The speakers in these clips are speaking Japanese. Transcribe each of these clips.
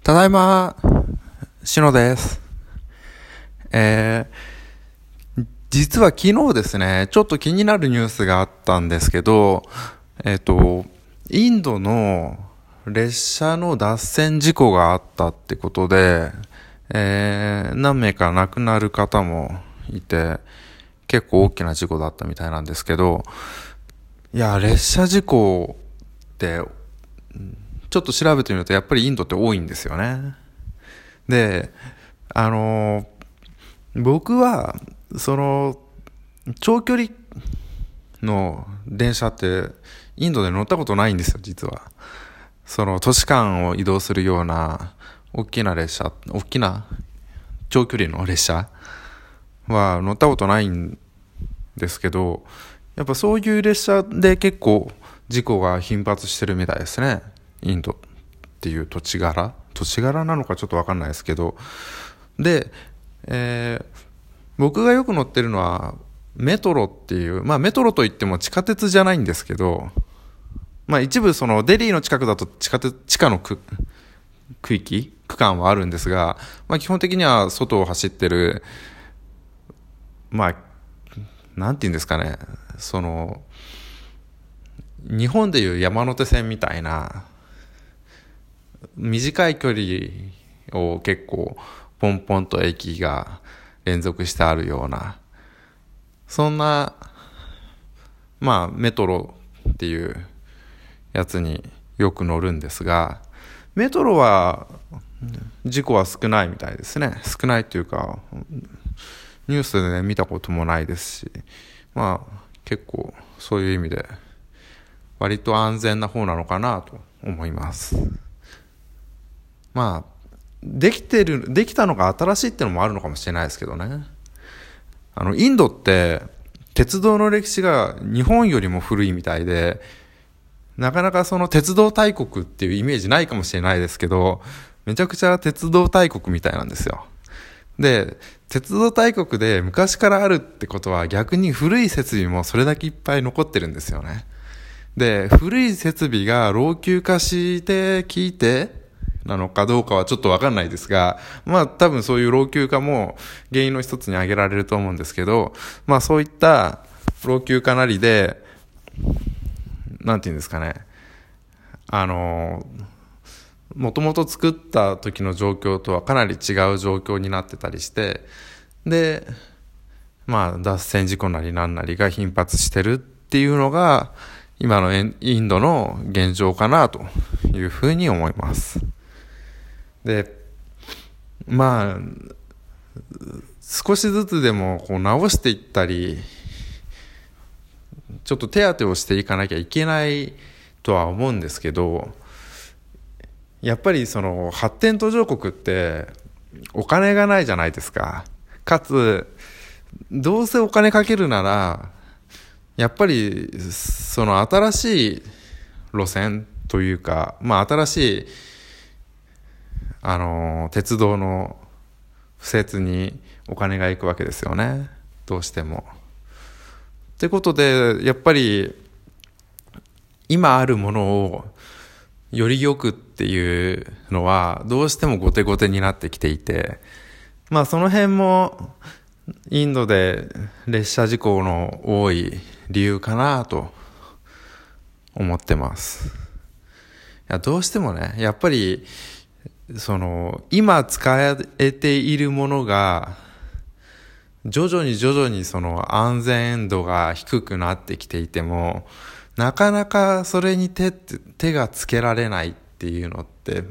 ただいま、しのです。実は昨日ですね、ちょっと気になるニュースがあったんですけど、インドの列車の脱線事故があったってことで、何名か亡くなる方もいて、結構大きな事故だったみたいなんですけど、いや、列車事故って、ちょっと調べてみるとやっぱりインドって多いんですよね。で、僕は、長距離の電車ってインドで乗ったことないんですよ、実は。都市間を移動するような大きな長距離の列車は乗ったことないんですけど、やっぱそういう列車で結構事故が頻発してるみたいですね。インドっていう土地柄なのかちょっとわかんないですけど。で、僕がよく乗ってるのはメトロっていう、メトロといっても地下鉄じゃないんですけど、一部デリーの近くだと地下の区間はあるんですが、基本的には外を走ってる、なんていうんですかね、日本でいう山手線みたいな短い距離を結構ポンポンと駅が連続してあるような、そんなメトロっていうやつによく乗るんですが、メトロは事故は少ないみたいですね。少ないというかニュースでね見たこともないですし、結構そういう意味で割と安全な方なのかなと思います。できたのが新しいってのもあるのかもしれないですけどね。インドって鉄道の歴史が日本よりも古いみたいで、なかなか鉄道大国っていうイメージないかもしれないですけど、めちゃくちゃ鉄道大国みたいなんですよ。で、鉄道大国で昔からあるってことは逆に古い設備もそれだけいっぱい残ってるんですよね。で、古い設備が老朽化してきてなのかどうかはちょっとわかんないですが、多分そういう老朽化も原因の一つに挙げられると思うんですけど、そういった老朽化なりで、なんていうんですかね、もともと作った時の状況とはかなり違う状況になってたりして、で、脱線事故なりなんなりが頻発してるっていうのが今のインドの現状かなというふうに思います。で、少しずつでも直していったり、ちょっと手当てをしていかなきゃいけないとは思うんですけど、やっぱり発展途上国ってお金がないじゃないですか。かつどうせお金かけるならやっぱり新しい路線というか、新しい鉄道の敷設にお金が行くわけですよね、どうしても。ってことでやっぱり今あるものをより良くっていうのはどうしても後手後手になってきていて、その辺もインドで列車事故の多い理由かなと思ってます。いや、どうしてもね、やっぱり今使えているものが徐々に安全度が低くなってきていても、なかなかそれに手がつけられないっていうのって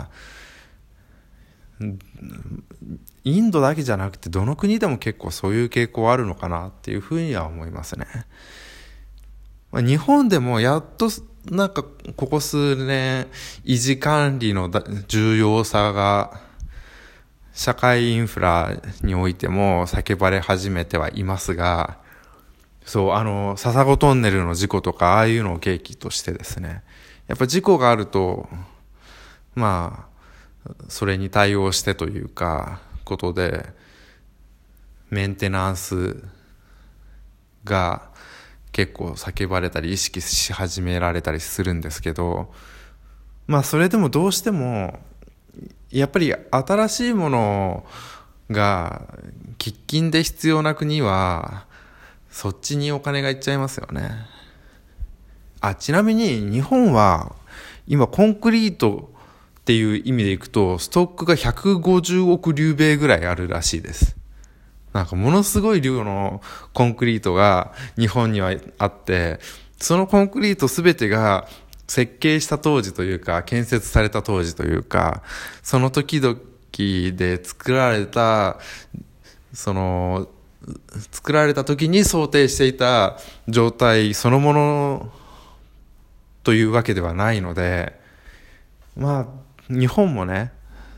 インドだけじゃなくてどの国でも結構そういう傾向あるのかなっていうふうには思いますね。日本でもやっとここ数年維持管理の重要さが社会インフラにおいても叫ばれ始めてはいますが、笹子トンネルの事故とかああいうのを契機としてですね、やっぱ事故があるとそれに対応してということでメンテナンスが結構叫ばれたり意識し始められたりするんですけど、それでもどうしてもやっぱり新しいものが喫緊で必要な国はそっちにお金がいっちゃいますよね。ちなみに日本は今コンクリートっていう意味でいくとストックが150億リューベイぐらいあるらしいです。なんかものすごい量のコンクリートが日本にはあって、そのコンクリートすべてが設計した当時というか建設された当時というか、その時々で作られた時に想定していた状態そのものというわけではないので、日本もね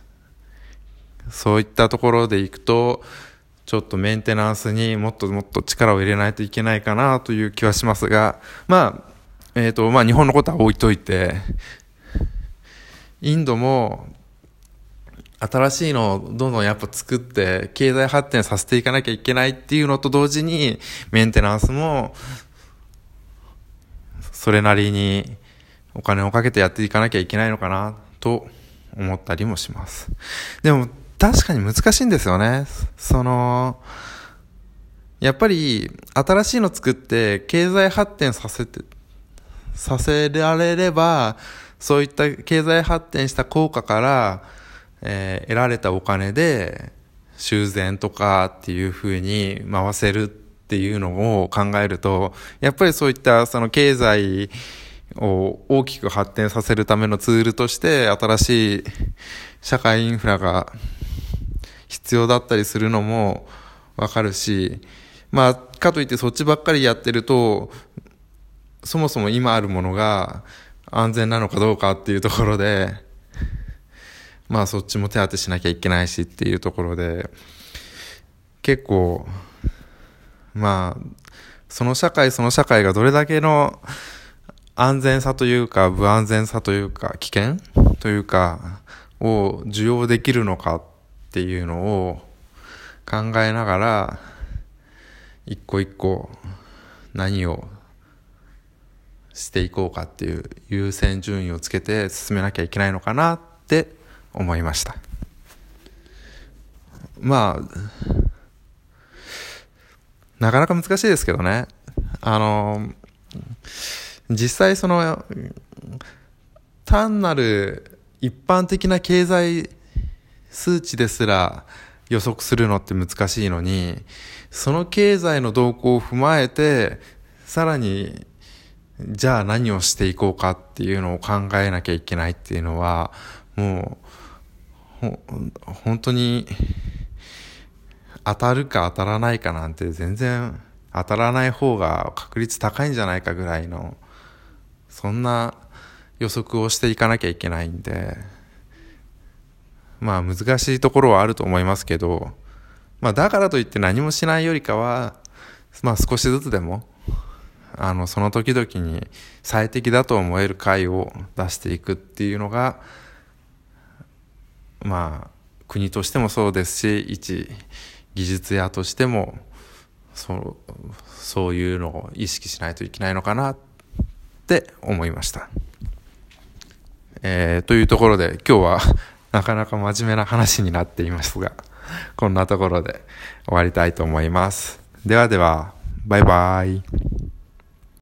そういったところでいくとちょっとメンテナンスにもっともっと力を入れないといけないかなという気はしますが、日本のことは置いといて、インドも新しいのをどんどんやっぱ作って経済発展させていかなきゃいけないっていうのと同時に、メンテナンスもそれなりにお金をかけてやっていかなきゃいけないのかなと思ったりもします。でも確かに難しいんですよね。やっぱり新しいの作って経済発展させられれば、そういった経済発展した効果から、得られたお金で修繕とかっていう風に回せるっていうのを考えると、やっぱりそういったその経済を大きく発展させるためのツールとして新しい社会インフラが必要だったりするのもわかるし、かといってそっちばっかりやってると、そもそも今あるものが安全なのかどうかっていうところで、そっちも手当てしなきゃいけないしっていうところで、結構その社会がどれだけの安全さというか不安全さというか危険というかを受容できるのかっていうのを考えながら、一個一個何をしていこうかっていう優先順位をつけて進めなきゃいけないのかなって思いました。なかなか難しいですけどね。実際単なる一般的な経済数値ですら予測するのって難しいのに、その経済の動向を踏まえてさらにじゃあ何をしていこうかっていうのを考えなきゃいけないっていうのは、もう本当に当たるか当たらないかなんて全然当たらない方が確率高いんじゃないかぐらいの、そんな予測をしていかなきゃいけないんで、難しいところはあると思いますけど、だからといって何もしないよりかは、少しずつでもその時々に最適だと思える回を出していくっていうのが、国としてもそうですし、一技術屋としてもそういうのを意識しないといけないのかなって思いました。というところで今日はなかなか真面目な話になっていますが、こんなところで終わりたいと思います。ではでは、バイバイ。